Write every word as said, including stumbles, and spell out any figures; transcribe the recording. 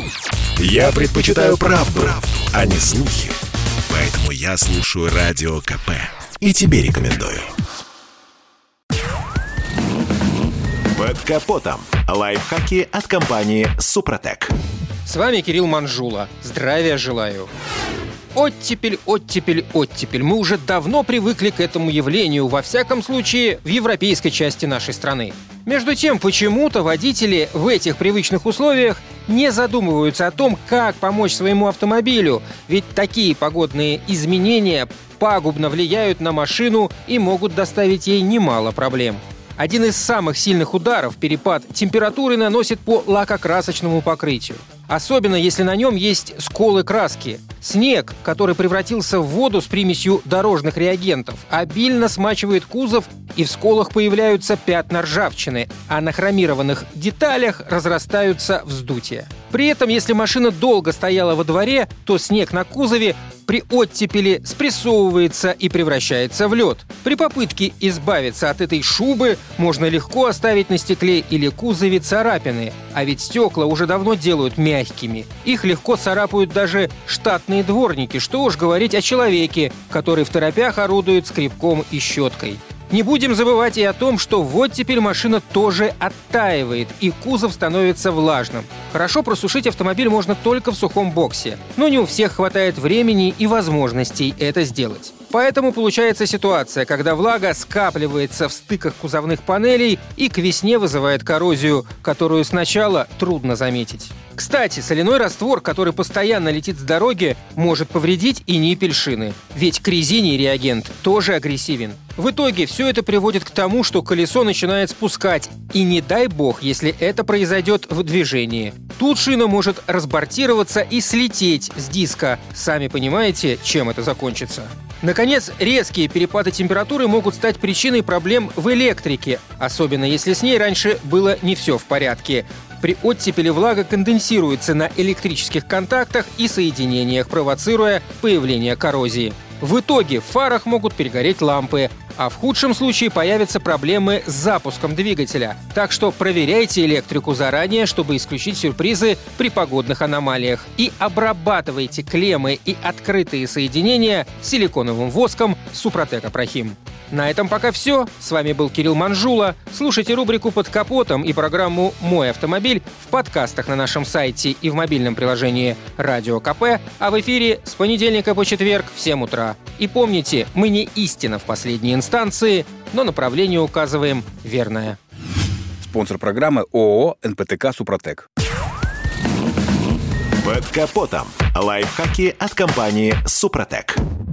Я предпочитаю правду, правду, а не слухи. Поэтому я слушаю Радио КП. И тебе рекомендую. Под капотом. Лайфхаки от компании «Супротек». С вами Кирилл Манжула. Здравия желаю. Оттепель, оттепель, оттепель. Мы уже давно привыкли к этому явлению, во всяком случае, в европейской части нашей страны. Между тем, почему-то водители в этих привычных условиях не задумываются о том, как помочь своему автомобилю, ведь такие погодные изменения пагубно влияют на машину и могут доставить ей немало проблем. Один из самых сильных ударов перепад температуры наносит по лакокрасочному покрытию. Особенно, если на нем есть сколы краски. Снег, который превратился в воду с примесью дорожных реагентов, обильно смачивает кузов, и в сколах появляются пятна ржавчины, а на хромированных деталях разрастаются вздутия. При этом, если машина долго стояла во дворе, то снег на кузове при оттепели спрессовывается и превращается в лед. При попытке избавиться от этой шубы можно легко оставить на стекле или кузове царапины, а ведь стекла уже давно делают мягкими. Их легко царапают даже штатные дворники, что уж говорить о человеке, который второпях орудует скребком и щеткой. Не будем забывать и о том, что в оттепель машина тоже оттаивает, и кузов становится влажным. Хорошо просушить автомобиль можно только в сухом боксе, но не у всех хватает времени и возможностей это сделать. Поэтому получается ситуация, когда влага скапливается в стыках кузовных панелей и к весне вызывает коррозию, которую сначала трудно заметить. Кстати, соляной раствор, который постоянно летит с дороги, может повредить и ниппель шины. Ведь к резине реагент тоже агрессивен. В итоге все это приводит к тому, что колесо начинает спускать. И не дай бог, если это произойдет в движении. Тут шина может разбортироваться и слететь с диска. Сами понимаете, чем это закончится. Наконец, резкие перепады температуры могут стать причиной проблем в электрике, особенно если с ней раньше было не все в порядке. При оттепели влага конденсируется на электрических контактах и соединениях, провоцируя появление коррозии. В итоге в фарах могут перегореть лампы, а в худшем случае появятся проблемы с запуском двигателя. Так что проверяйте электрику заранее, чтобы исключить сюрпризы при погодных аномалиях. И обрабатывайте клеммы и открытые соединения силиконовым воском Супротек Апрахим. На этом пока все. С вами был Кирилл Манжула. Слушайте рубрику «Под капотом» и программу «Мой автомобиль» в подкастах на нашем сайте и в мобильном приложении Радио КП, а в эфире с понедельника по четверг в семь утра. И помните, мы не истина в последней инстанции, но направление указываем верное. Спонсор программы ООО «эн пэ тэ ка Супротек». Под капотом. Лайфхаки от компании «Супротек».